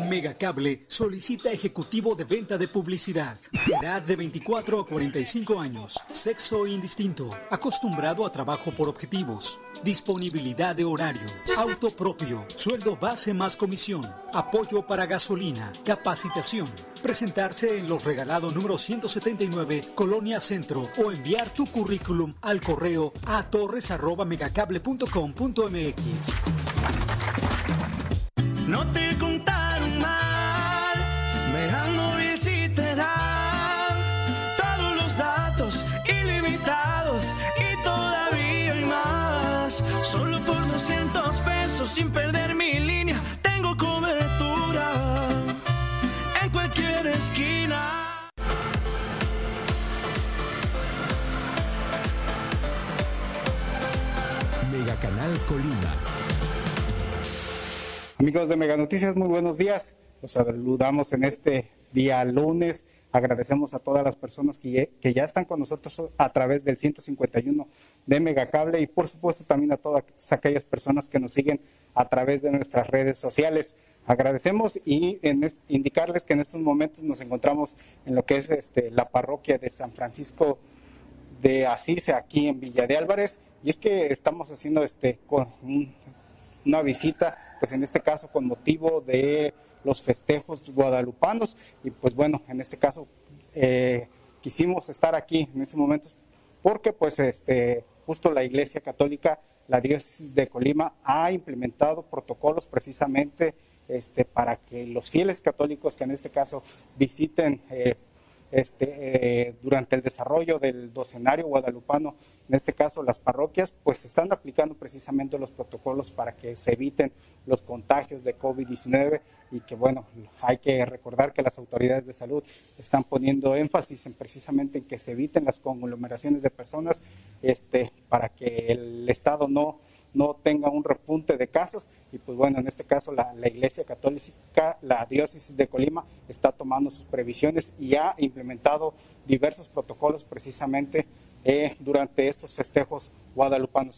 Megacable solicita ejecutivo de venta de publicidad. Edad de 24 a 45 años. Sexo indistinto. Acostumbrado a trabajo por objetivos. Disponibilidad de horario. Auto propio. Sueldo base más comisión. Apoyo para gasolina. Capacitación. Presentarse en Los Regalados número 179, Colonia Centro, o enviar tu currículum al correo a torres@megacable.com.mx. No te contaron mal, Mega Móvil sí te da todos los datos ilimitados y todavía hay más. Solo por 200 pesos sin perder mi línea, tengo cobertura en cualquier esquina. Megacanal Colima. Amigos de Mega Noticias, muy buenos días. Los saludamos en este día lunes. Agradecemos a todas las personas que ya están con nosotros a través del 151 de Megacable y por supuesto también a todas aquellas personas que nos siguen a través de nuestras redes sociales. Agradecemos y indicarles que en estos momentos nos encontramos en lo que es la parroquia de San Francisco de Asís, aquí en Villa de Álvarez, y es que estamos haciendo una visita, pues en este caso con motivo de los festejos guadalupanos, y pues bueno, en este caso quisimos estar aquí en ese momento porque pues justo la Iglesia Católica, la Diócesis de Colima, ha implementado protocolos precisamente para que los fieles católicos que en este caso visiten durante el desarrollo del docenario guadalupano, en este caso las parroquias, pues están aplicando precisamente los protocolos para que se eviten los contagios de COVID-19 y que bueno, hay que recordar que las autoridades de salud están poniendo énfasis precisamente en que se eviten las conglomeraciones de personas para que el Estado no tenga un repunte de casos y pues bueno, en este caso la Iglesia Católica, la Diócesis de Colima está tomando sus previsiones y ha implementado diversos protocolos precisamente durante estos festejos guadalupanos.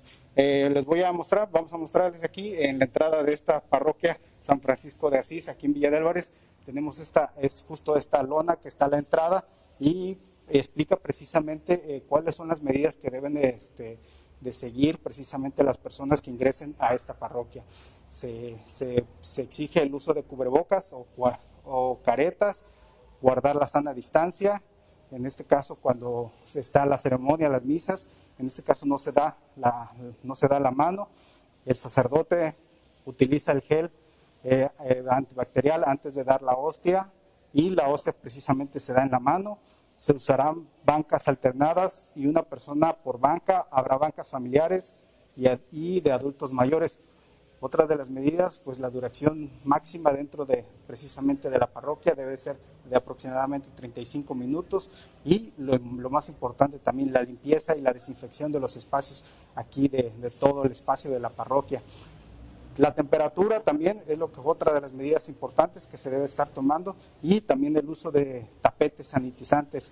Vamos a mostrarles aquí en la entrada de esta parroquia San Francisco de Asís, aquí en Villa de Álvarez. Tenemos justo esta lona que está a la entrada y explica precisamente cuáles son las medidas que deben de seguir precisamente las personas que ingresen a esta parroquia. Se exige el uso de cubrebocas o caretas, guardar la sana distancia. En este caso, cuando se está la ceremonia, las misas, en este caso no se da la mano. El sacerdote utiliza el gel antibacterial antes de dar la hostia y la hostia precisamente se da en la mano. Se usarán bancas alternadas y una persona por banca. Habrá bancas familiares y de adultos mayores. Otra de las medidas, pues la duración máxima dentro precisamente de la parroquia debe ser de aproximadamente 35 minutos y lo más importante también la limpieza y la desinfección de los espacios aquí de todo el espacio de la parroquia. La temperatura también es otra de las medidas importantes que se debe estar tomando y también el uso de tapetes sanitizantes.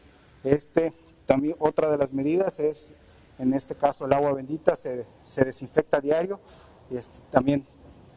También otra de las medidas es, en este caso, el agua bendita se desinfecta a diario. También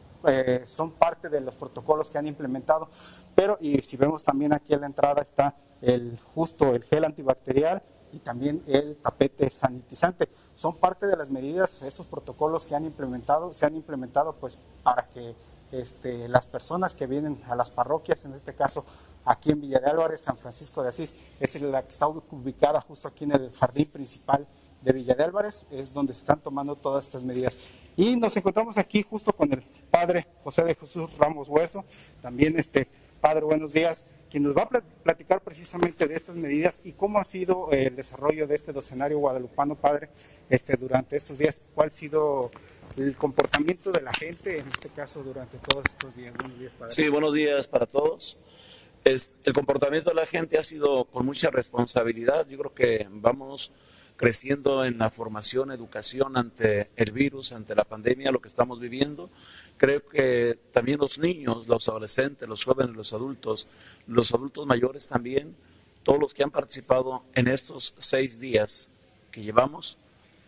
son parte de los protocolos que han implementado, y si vemos también aquí en la entrada está el gel antibacterial y también el tapete sanitizante. Son parte de las medidas, estos protocolos que se han implementado pues para que las personas que vienen a las parroquias, en este caso aquí en Villa de Álvarez, San Francisco de Asís, es la que está ubicada justo aquí en el jardín principal de Villa de Álvarez, es donde se están tomando todas estas medidas. Y nos encontramos aquí justo con el padre José de Jesús Ramos Hueso, también padre, buenos días, quien nos va a platicar precisamente de estas medidas y cómo ha sido el desarrollo de este docenario guadalupano, padre, durante estos días, cuál ha sido el comportamiento de la gente, en este caso, durante todos estos días. Buenos días, padre. Sí, buenos días para todos. El comportamiento de la gente ha sido con mucha responsabilidad. Yo creo que vamos creciendo en la formación, educación ante el virus, ante la pandemia, lo que estamos viviendo. Creo que también los niños, los adolescentes, los jóvenes, los adultos mayores también, todos los que han participado en estos 6 días que llevamos,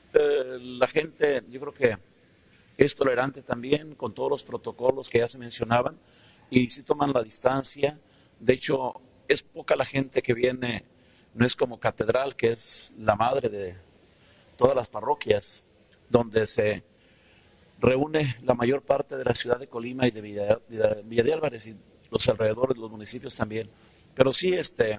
la gente, yo creo que es tolerante también con todos los protocolos que ya se mencionaban. y sí toman la distancia. De hecho, es poca la gente que viene, no es como Catedral, que es la madre de todas las parroquias, donde se reúne la mayor parte de la ciudad de Colima y de Villa de Álvarez y los alrededores, los municipios también. Pero sí,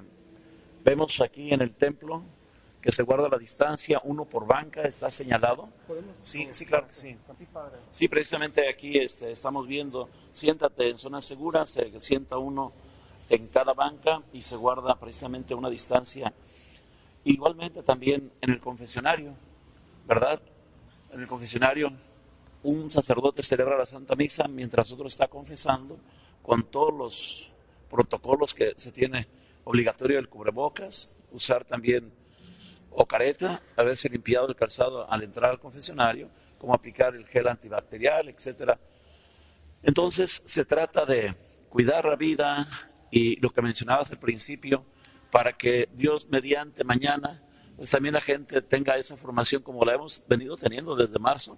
vemos aquí en el templo que se guarda la distancia, uno por banca, está señalado. Sí, sí, claro que sí. Sí, precisamente aquí estamos viendo, siéntate en zona segura, se sienta uno en cada banca y se guarda precisamente una distancia. Igualmente también en el confesionario, ¿verdad? En el confesionario un sacerdote celebra la Santa Misa mientras otro está confesando con todos los protocolos que se tiene obligatorio, el cubrebocas, usar también o careta, haberse limpiado el calzado al entrar al confesionario, como aplicar el gel antibacterial, etcétera. Entonces se trata de cuidar la vida y lo que mencionabas al principio, para que Dios mediante mañana, pues también la gente tenga esa formación como la hemos venido teniendo desde marzo,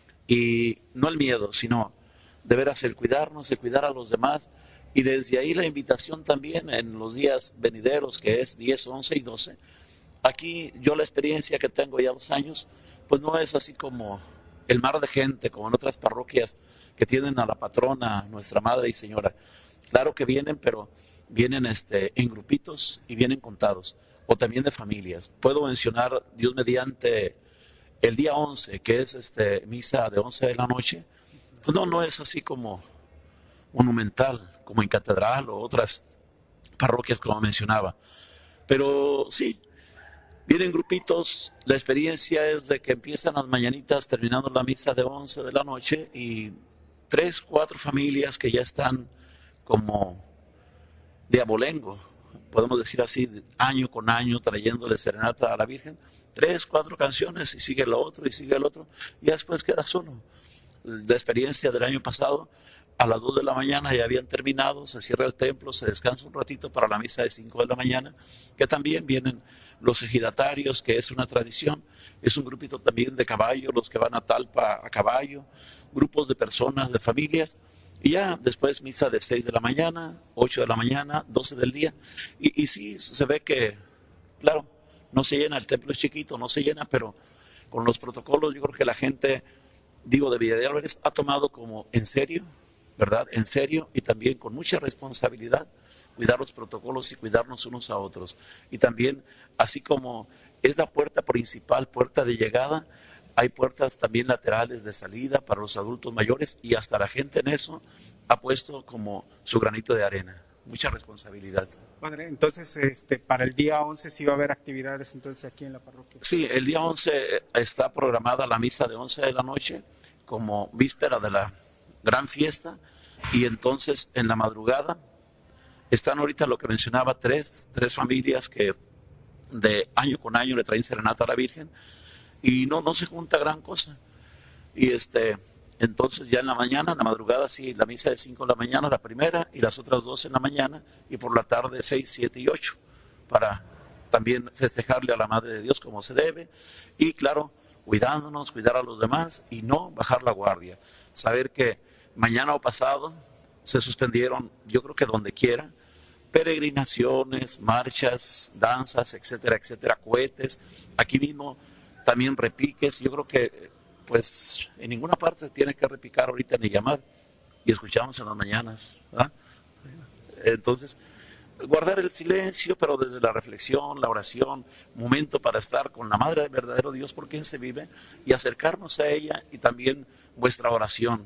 y no el miedo, sino de veras el cuidarnos, el cuidar a los demás, y desde ahí la invitación también en los días venideros, que es 10, 11 y 12. Aquí yo la experiencia que tengo ya 2 años, pues no es así como el mar de gente, como en otras parroquias que tienen a la patrona, nuestra Madre y Señora. Claro que vienen, pero vienen en grupitos y vienen contados, o también de familias. Puedo mencionar, Dios mediante, el día 11, que es misa de 11 de la noche, pues no es así como monumental, como en Catedral o otras parroquias como mencionaba. Pero sí, vienen grupitos, la experiencia es de que empiezan las mañanitas terminando la misa de 11 de la noche y 3, 4 familias que ya están como de abolengo, podemos decir así, año con año trayéndole serenata a la Virgen, 3, 4 canciones y sigue lo otro y sigue el otro y después queda solo. La experiencia del año pasado, a las 2 de la mañana ya habían terminado, se cierra el templo, se descansa un ratito para la misa de 5 de la mañana, que también vienen los ejidatarios, que es una tradición, es un grupito también de caballo, los que van a Talpa a caballo, grupos de personas, de familias, y ya después misa de 6 de la mañana, 8 de la mañana, 12 del día, y sí, se ve que, claro, no se llena, el templo es chiquito, no se llena, pero con los protocolos yo creo que la gente, digo, de Villa de Álvarez ha tomado como en serio, ¿verdad? En serio y también con mucha responsabilidad cuidar los protocolos y cuidarnos unos a otros. Y también, así como es la puerta principal, puerta de llegada, hay puertas también laterales de salida para los adultos mayores y hasta la gente en eso ha puesto como su granito de arena. Mucha responsabilidad. Padre, entonces para el día 11 sí va a haber actividades entonces aquí en la parroquia. Sí, el día 11 está programada la misa de 11 de la noche como víspera de la gran fiesta y entonces en la madrugada están ahorita lo que mencionaba tres familias que de año con año le traen serenata a la Virgen y no se junta gran cosa y entonces ya en la mañana, en la madrugada sí, la misa de 5 de la mañana la primera y las otras 2 en la mañana y por la tarde 6, 7 y 8 para también festejarle a la Madre de Dios como se debe y claro, cuidándonos, cuidar a los demás y no bajar la guardia, saber que mañana o pasado se suspendieron, yo creo que donde quiera, peregrinaciones, marchas, danzas, etcétera, etcétera, cohetes, aquí mismo también repiques, yo creo que pues en ninguna parte se tiene que repicar ahorita ni llamar, y escuchamos en las mañanas, ¿verdad? Entonces, guardar el silencio, pero desde la reflexión, la oración, momento para estar con la Madre del verdadero Dios por quien se vive, y acercarnos a ella, y también vuestra oración,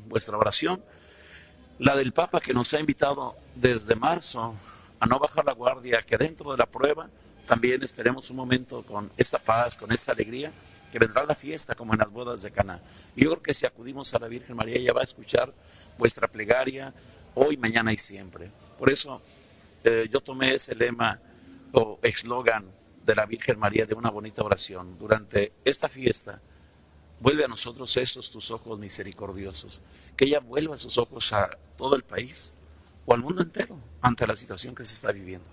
la del Papa que nos ha invitado desde marzo a no bajar la guardia, que dentro de la prueba también esperemos un momento con esa paz, con esa alegría, que vendrá la fiesta como en las bodas de Caná. Y yo creo que si acudimos a la Virgen María, ella va a escuchar vuestra plegaria hoy, mañana y siempre. Por eso yo tomé ese lema o eslogan de la Virgen María de una bonita oración. Durante esta fiesta, vuelve a nosotros esos tus ojos misericordiosos, que ella vuelva sus ojos a todo el país o al mundo entero ante la situación que se está viviendo.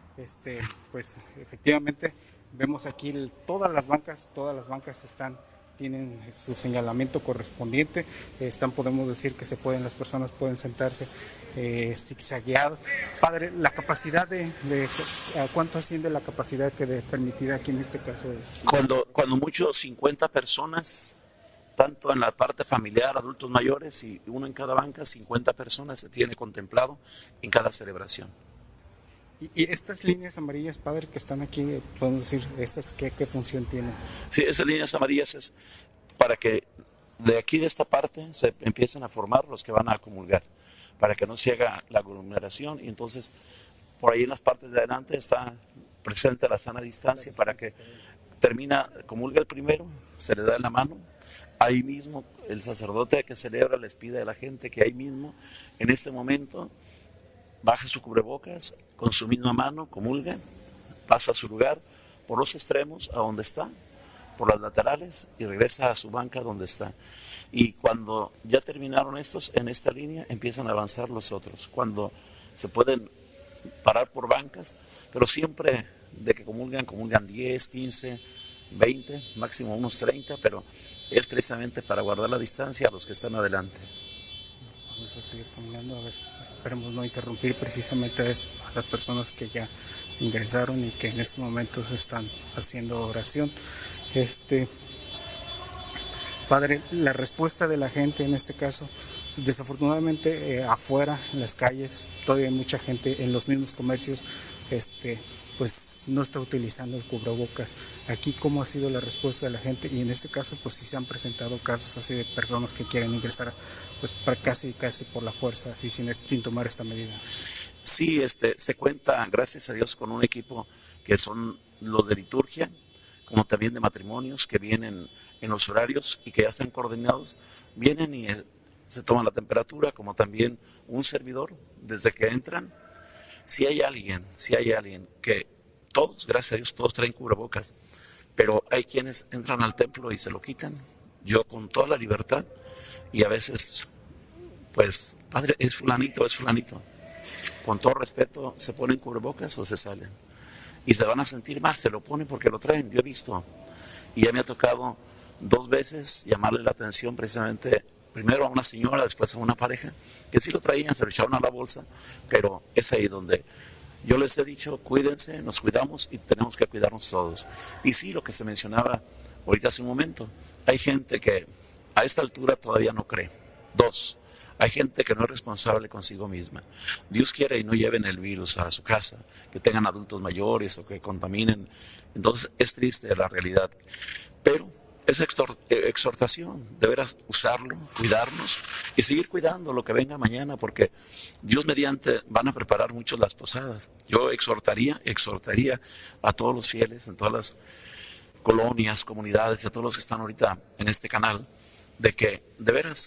Pues efectivamente vemos aquí todas las bancas están tienen su señalamiento correspondiente. Podemos decir que las personas pueden sentarse zigzagueados. Padre, la capacidad ¿cuánto asciende la capacidad que permitida aquí en este caso? Cuando mucho 50 personas, tanto en la parte familiar, adultos mayores y uno en cada banca, 50 personas se tiene contemplado en cada celebración. Y estas líneas amarillas, padre, que están aquí, podemos decir, ¿estas qué función tienen? Sí, esas líneas amarillas es para que de aquí, de esta parte, se empiecen a formar los que van a comulgar, para que no se haga la aglomeración, y entonces por ahí en las partes de adelante está presente la sana distancia para que comulga el primero, se le da en la mano, ahí mismo el sacerdote que celebra les pide a la gente que ahí mismo, en este momento, baja su cubrebocas, con su misma mano comulga, pasa a su lugar, por los extremos a donde está, por las laterales, y regresa a su banca donde está. Y cuando ya terminaron estos, en esta línea empiezan a avanzar los otros, cuando se pueden parar por bancas, pero siempre de que comulgan 10, 15, 20, máximo unos 30, pero es precisamente para guardar la distancia a los que están adelante. Vamos a seguir caminando, a ver, esperemos no interrumpir precisamente a las personas que ya ingresaron y que en este momento se están haciendo oración. Padre, la respuesta de la gente en este caso, desafortunadamente afuera, en las calles, todavía hay mucha gente en los mismos comercios, pues no está utilizando el cubrebocas. Aquí, ¿cómo ha sido la respuesta de la gente? Y en este caso, pues sí se han presentado casos así de personas que quieren ingresar, pues para casi por la fuerza, así sin tomar esta medida. Sí, se cuenta, gracias a Dios, con un equipo que son los de liturgia, como también de matrimonios, que vienen en los horarios y que ya están coordinados, vienen y se toman la temperatura, como también un servidor, desde que entran. Si hay alguien que todos, gracias a Dios, todos traen cubrebocas, pero hay quienes entran al templo y se lo quitan, yo con toda la libertad, y a veces, pues, padre, es fulanito, con todo respeto, se ponen cubrebocas o se salen, y se van a sentir mal, se lo ponen porque lo traen, yo he visto, y ya me ha tocado 2 veces llamarle la atención precisamente, primero a una señora, después a una pareja, que sí lo traían, se lo echaron a la bolsa, pero es ahí donde yo les he dicho, cuídense, nos cuidamos y tenemos que cuidarnos todos. Y sí, lo que se mencionaba ahorita hace un momento, hay gente que a esta altura todavía no cree. 2, hay gente que no es responsable consigo misma. Dios quiere y no lleven el virus a su casa, que tengan adultos mayores o que contaminen. Entonces es triste la realidad, pero es exhortación, de veras usarlo, cuidarnos y seguir cuidando lo que venga mañana, porque Dios mediante van a preparar mucho las posadas. Yo exhortaría a todos los fieles en todas las colonias, comunidades y a todos los que están ahorita en este canal, de que de veras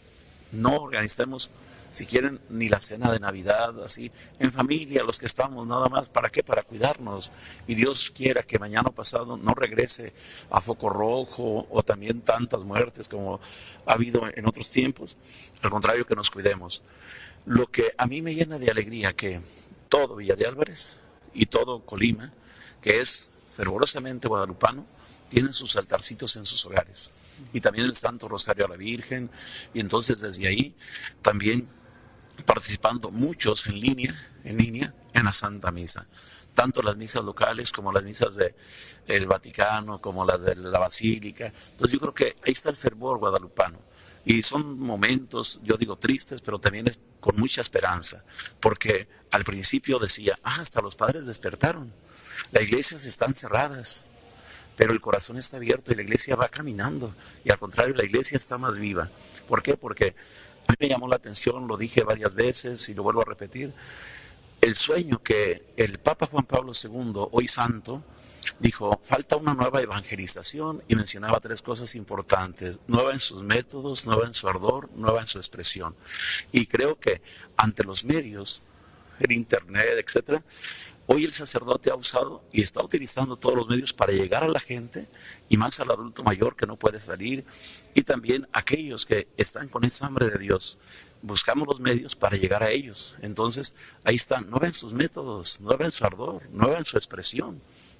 no organicemos, si quieren, ni la cena de Navidad, así, en familia, los que estamos, nada más. ¿Para qué? Para cuidarnos. Y Dios quiera que mañana pasado no regrese a foco rojo o también tantas muertes como ha habido en otros tiempos. Al contrario, que nos cuidemos. Lo que a mí me llena de alegría, que todo Villa de Álvarez y todo Colima, que es fervorosamente guadalupano, tienen sus altarcitos en sus hogares. Y también el Santo Rosario a la Virgen. Y entonces desde ahí también participando muchos en línea en la Santa Misa, tanto las misas locales como las misas del Vaticano, como las de la Basílica. Entonces yo creo que ahí está el fervor guadalupano, y son momentos, yo digo tristes, pero también es con mucha esperanza, porque al principio decía, hasta los padres despertaron, las iglesias están cerradas, pero el corazón está abierto y la iglesia va caminando, y al contrario, la iglesia está más viva. ¿Por qué? Porque a mí me llamó la atención, lo dije varias veces y lo vuelvo a repetir, el sueño que el Papa Juan Pablo II, hoy santo, dijo, falta una nueva evangelización, y mencionaba 3 cosas importantes: nueva en sus métodos, nueva en su ardor, nueva en su expresión. Y creo que ante los medios, el internet, etcétera, hoy el sacerdote ha usado y está utilizando todos los medios para llegar a la gente, y más al adulto mayor que no puede salir, y también aquellos que están con esa hambre de Dios. Buscamos los medios para llegar a ellos. Entonces, ahí están, nueva en sus métodos, nueva en su ardor, nueva en su expresión.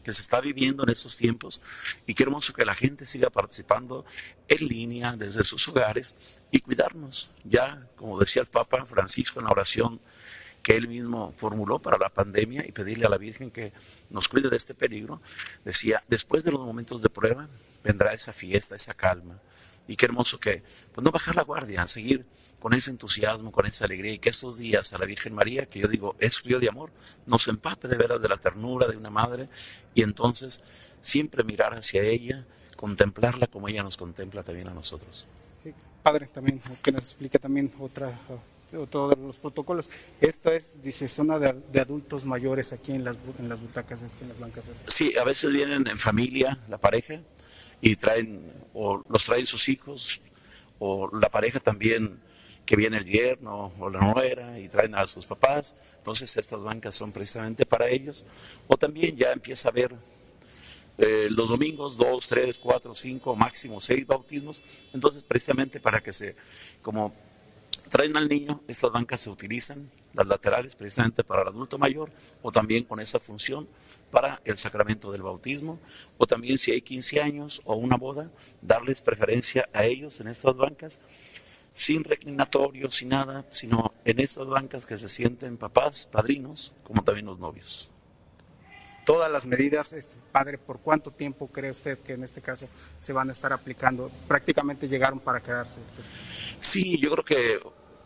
que se está viviendo en estos tiempos, y qué hermoso que la gente siga participando en línea desde sus hogares y cuidarnos. Ya, como decía el Papa Francisco en la oración que él mismo formuló para la pandemia, y pedirle a la Virgen que nos cuide de este peligro, decía, después de los momentos de prueba vendrá esa fiesta, esa calma. Y qué hermoso que, pues, no bajar la guardia, seguir con ese entusiasmo, con esa alegría, y que estos días a la Virgen María, que yo digo es frío de amor, nos empape de veras de la ternura de una madre, y entonces siempre mirar hacia ella, contemplarla como ella nos contempla también a nosotros. Sí, padre, también que nos explique también otro de los protocolos. Esto es, dice, zona de adultos mayores aquí en las butacas, en las blancas. Sí, a veces vienen en familia, la pareja, y los traen sus hijos, o la pareja también, que viene el yerno o la nuera y traen a sus papás. Entonces estas bancas son precisamente para ellos. O también ya empieza a haber los domingos 2, 3, 4, 5, máximo 6 bautismos. Entonces precisamente para que como traen al niño, estas bancas se utilizan, las laterales, precisamente para el adulto mayor, o también con esa función para el sacramento del bautismo, o también si hay 15 años o una boda, darles preferencia a ellos en estas bancas, sin reclinatorio, sin nada, sino en estas bancas que se sienten papás, padrinos, como también los novios. Todas las medidas, padre, ¿por cuánto tiempo cree usted que en este caso se van a estar aplicando? Prácticamente llegaron para quedarse. Sí, yo creo que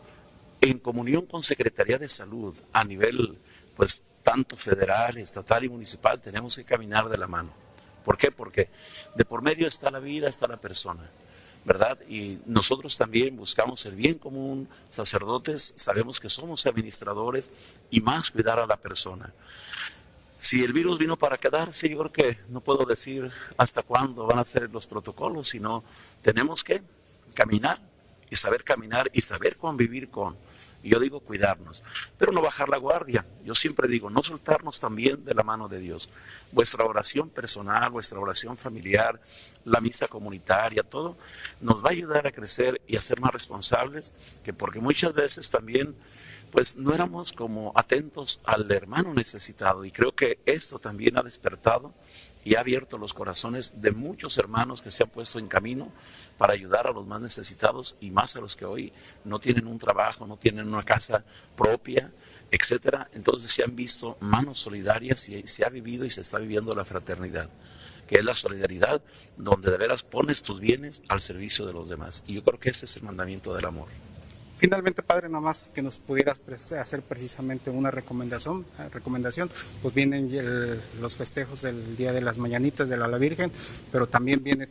en comunión con Secretaría de Salud a nivel, pues, tanto federal, estatal y municipal, tenemos que caminar de la mano. ¿Por qué? Porque de por medio está la vida, está la persona, ¿verdad? Y nosotros también buscamos el bien común, sacerdotes, sabemos que somos administradores, y más cuidar a la persona. Si el virus vino para quedarse, yo creo que no puedo decir hasta cuándo van a ser los protocolos, sino tenemos que caminar y saber convivir con. Y yo digo cuidarnos, pero no bajar la guardia. Yo siempre digo, no soltarnos también de la mano de Dios. Vuestra oración personal, vuestra oración familiar, la misa comunitaria, todo nos va a ayudar a crecer y a ser más responsables, porque muchas veces también pues no éramos como atentos al hermano necesitado, y creo que esto también ha despertado y ha abierto los corazones de muchos hermanos que se han puesto en camino para ayudar a los más necesitados, y más a los que hoy no tienen un trabajo, no tienen una casa propia, etcétera. Entonces se han visto manos solidarias y se ha vivido y se está viviendo la fraternidad, que es la solidaridad donde de veras pones tus bienes al servicio de los demás. Y yo creo que ese es el mandamiento del amor. Finalmente, padre, nada más que nos pudieras hacer precisamente una recomendación, pues vienen los festejos del Día de las Mañanitas de la Virgen, pero también viene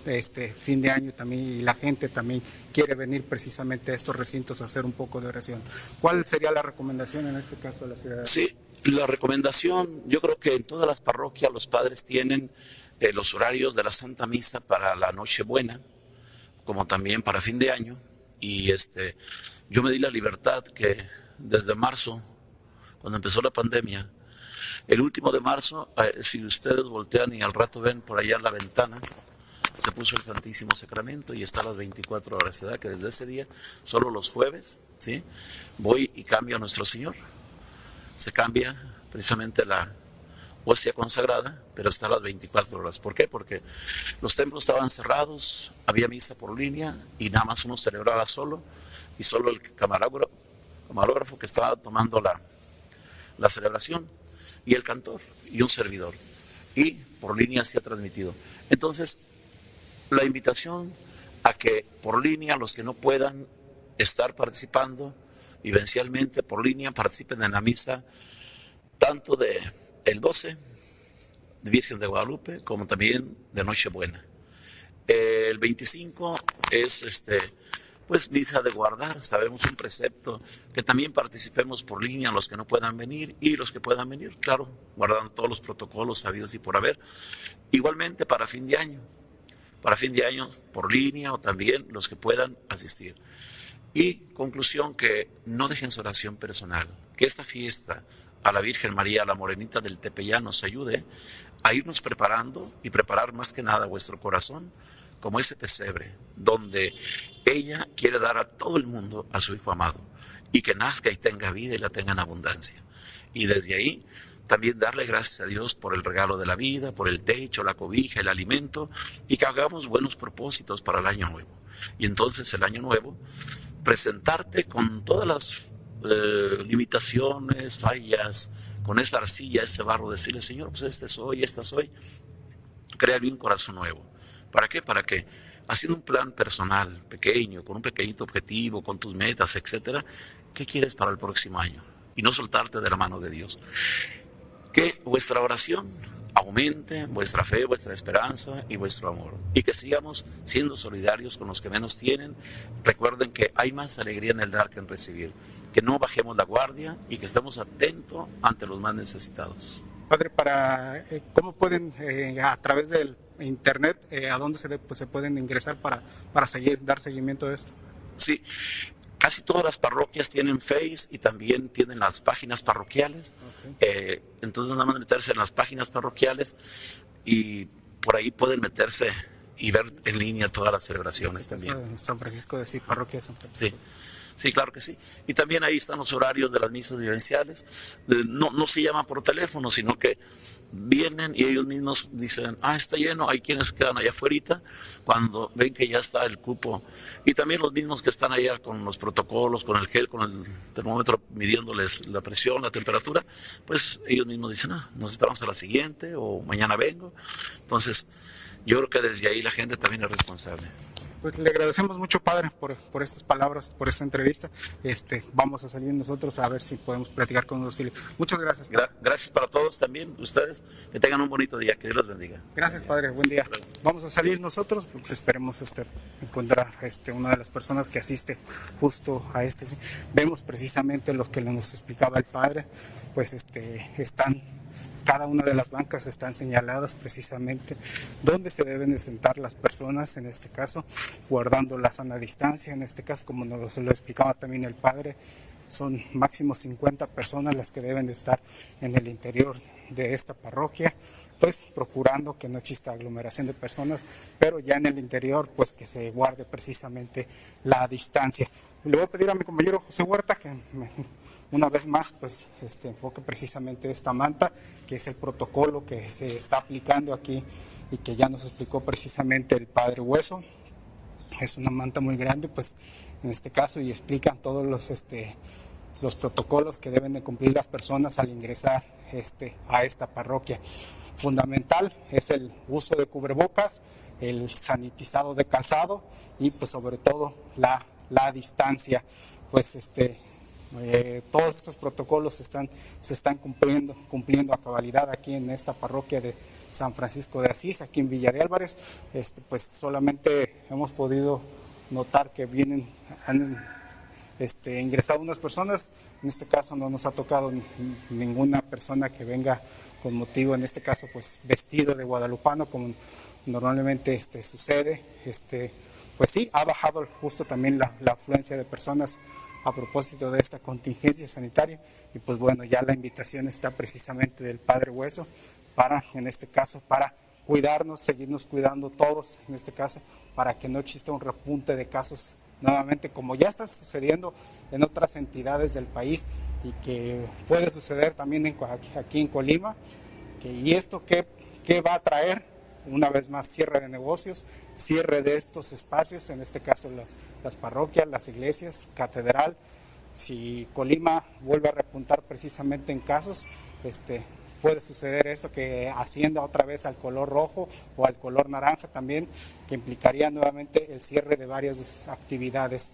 fin de año también, y la gente también quiere venir precisamente a estos recintos a hacer un poco de oración. ¿Cuál sería la recomendación en este caso de la ciudad? Sí, la recomendación, yo creo que en todas las parroquias los padres tienen los horarios de la Santa Misa para la Nochebuena, como también para fin de año. Y yo me di la libertad que desde marzo, cuando empezó la pandemia, el último de marzo, si ustedes voltean y al rato ven por allá en la ventana, se puso el Santísimo Sacramento y está a las 24 horas. ¿Verdad? Que desde ese día, solo los jueves, ¿sí?, voy y cambio a Nuestro Señor. Se cambia precisamente la hostia consagrada, pero está a las 24 horas. ¿Por qué? Porque los templos estaban cerrados, había misa por línea y nada más uno celebraba solo, y solo el camarógrafo que estaba tomando la celebración, y el cantor y un servidor, y por línea se ha transmitido. Entonces, la invitación a que por línea los que no puedan estar participando vivencialmente por línea participen en la misa, tanto de el 12 de Virgen de Guadalupe como también de Nochebuena. El 25 es pues misa de guardar, sabemos un precepto, que también participemos por línea los que no puedan venir, y los que puedan venir, claro, guardando todos los protocolos sabidos y por haber. Igualmente para fin de año por línea, o también los que puedan asistir. Y conclusión, que no dejen su oración personal, que esta fiesta a la Virgen María, la Morenita del Tepeyac, nos ayude a irnos preparando, y preparar más que nada vuestro corazón como ese pesebre donde ella quiere dar a todo el mundo a su Hijo amado, y que nazca y tenga vida y la tenga en abundancia. Y desde ahí también darle gracias a Dios por el regalo de la vida, por el techo, la cobija, el alimento, y que hagamos buenos propósitos para el año nuevo. Y entonces el año nuevo, presentarte con todas las limitaciones, fallas, con esa arcilla, ese barro, decirle, Señor, pues esta soy, créale un corazón nuevo. ¿Para qué? Para que, haciendo un plan personal, pequeño, con un pequeñito objetivo, con tus metas, etcétera, ¿qué quieres para el próximo año? Y no soltarte de la mano de Dios. Que vuestra oración aumente, vuestra fe, vuestra esperanza y vuestro amor. Y que sigamos siendo solidarios con los que menos tienen. Recuerden que hay más alegría en el dar que en recibir. Que no bajemos la guardia y que estemos atentos ante los más necesitados. Padre, ¿cómo pueden, a través del internet, a dónde se pueden ingresar para dar seguimiento a esto? Sí, casi todas las parroquias tienen Face y también tienen las páginas parroquiales. Okay. Entonces nada más meterse en las páginas parroquiales y por ahí pueden meterse y ver en línea todas las celebraciones también. San Francisco de Asís, parroquia de San Francisco. Sí. Sí, claro que sí. Y también ahí están los horarios de las misas vivenciales. No se llaman por teléfono, sino que vienen y ellos mismos dicen, está lleno, hay quienes quedan allá afuera cuando ven que ya está el cupo. Y también los mismos que están allá con los protocolos, con el gel, con el termómetro midiéndoles la presión, la temperatura, pues ellos mismos dicen, nos esperamos a la siguiente o mañana vengo. Entonces, yo creo que desde ahí la gente también es responsable. Pues le agradecemos mucho, Padre, por estas palabras, por esta entrevista. Vamos a salir nosotros a ver si podemos platicar con los fieles. Muchas gracias. Gracias para todos también, ustedes, que tengan un bonito día, que Dios los bendiga. Gracias, Padre, buen día. Vamos a salir nosotros, porque esperemos encontrar una de las personas que asiste justo a Vemos precisamente los que nos explicaba el Padre, pues cada una de las bancas están señaladas precisamente dónde se deben de sentar las personas, en este caso, guardando la sana distancia. En este caso, como nos lo explicaba también el Padre, son máximo 50 personas las que deben de estar en el interior de esta parroquia, pues procurando que no exista aglomeración de personas, pero ya en el interior, pues que se guarde precisamente la distancia. Le voy a pedir a mi compañero José Huerta que una vez más, pues enfoque precisamente esta manta, que es el protocolo que se está aplicando aquí y que ya nos explicó precisamente el Padre Hueso. Es una manta muy grande, pues en este caso, y explican todos los protocolos que deben de cumplir las personas al ingresar a esta parroquia. Fundamental es el uso de cubrebocas, el sanitizado de calzado y pues sobre todo la distancia. Pues todos estos protocolos se están cumpliendo a cabalidad aquí en esta parroquia de San Francisco de Asís, aquí en Villa de Álvarez. Pues solamente hemos podido notar que han ingresado unas personas. En este caso no nos ha tocado ninguna persona que venga con motivo, en este caso pues vestido de guadalupano, como normalmente sucede. Pues sí, ha bajado justo también la afluencia de personas a propósito de esta contingencia sanitaria, y pues bueno, ya la invitación está precisamente del Padre Hueso en este caso, para cuidarnos, seguirnos cuidando todos, en este caso, para que no exista un repunte de casos nuevamente, como ya está sucediendo en otras entidades del país y que puede suceder también aquí en Colima. ¿Y esto qué va a traer? Una vez más, cierre de negocios, cierre de estos espacios, en este caso las parroquias, las iglesias, catedral. Si Colima vuelve a repuntar precisamente en casos, puede suceder esto, que ascienda otra vez al color rojo o al color naranja también, que implicaría nuevamente el cierre de varias actividades.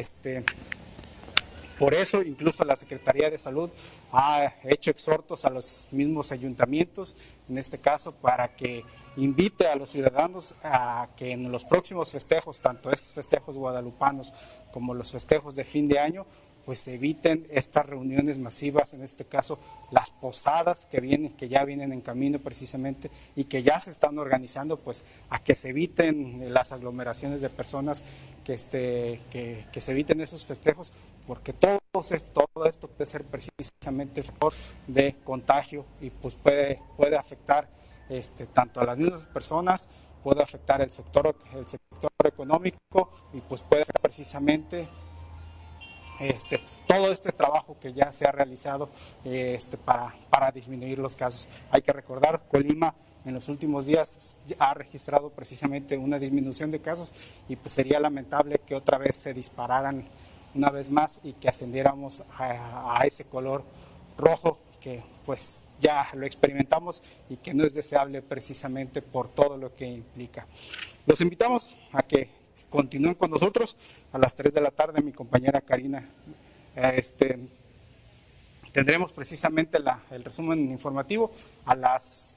Por eso, incluso la Secretaría de Salud ha hecho exhortos a los mismos ayuntamientos, en este caso, para que invite a los ciudadanos a que en los próximos festejos, tanto estos festejos guadalupanos como los festejos de fin de año, pues eviten estas reuniones masivas, en este caso las posadas que ya vienen en camino precisamente y que ya se están organizando, pues a que se eviten las aglomeraciones de personas, que se eviten esos festejos, porque todo esto puede ser precisamente factor de contagio y pues puede afectar tanto a las mismas personas, puede afectar el sector económico y pues puede afectar precisamente todo este trabajo que ya se ha realizado para disminuir los casos. Hay que recordar, Colima en los últimos días ha registrado precisamente una disminución de casos y pues sería lamentable que otra vez se dispararan una vez más y que ascendiéramos a ese color rojo que pues ya lo experimentamos y que no es deseable precisamente por todo lo que implica. Los invitamos a que continúen con nosotros. A las 3 de la tarde mi compañera Karina tendremos precisamente el resumen informativo. A las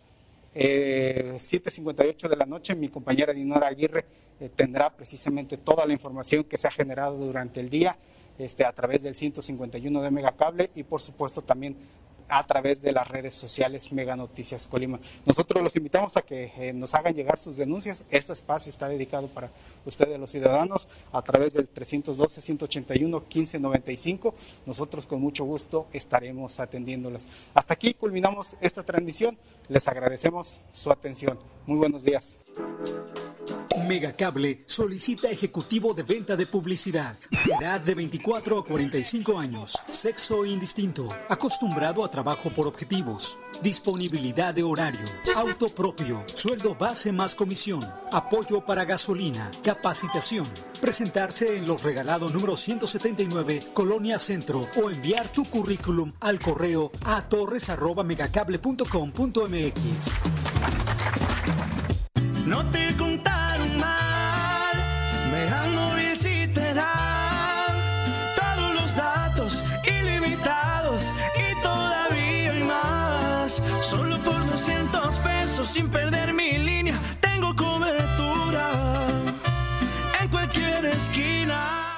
7:58 de la noche mi compañera Dinora Aguirre tendrá precisamente toda la información que se ha generado durante el día a través del 151 de Megacable y por supuesto también a través de las redes sociales Mega Noticias Colima. Nosotros los invitamos a que nos hagan llegar sus denuncias. Este espacio está dedicado para ustedes los ciudadanos a través del 312-181-1595. Nosotros con mucho gusto estaremos atendiéndolas. Hasta aquí culminamos esta transmisión. Les agradecemos su atención. Muy buenos días. Megacable solicita ejecutivo de venta de publicidad. Edad de 24 a 45 años. Sexo indistinto. Acostumbrado a trabajo por objetivos. Disponibilidad de horario. Auto propio. Sueldo base más comisión. Apoyo para gasolina. Capacitación. Presentarse en Los Regalado número 179, Colonia Centro, o enviar tu currículum al correo a torres@megacable.com.mx. No te contaron mal, Megmóvil sí te da todos los datos ilimitados y todavía hay más. Solo por 200 pesos sin perder mi línea tengo cobertura en cualquier esquina.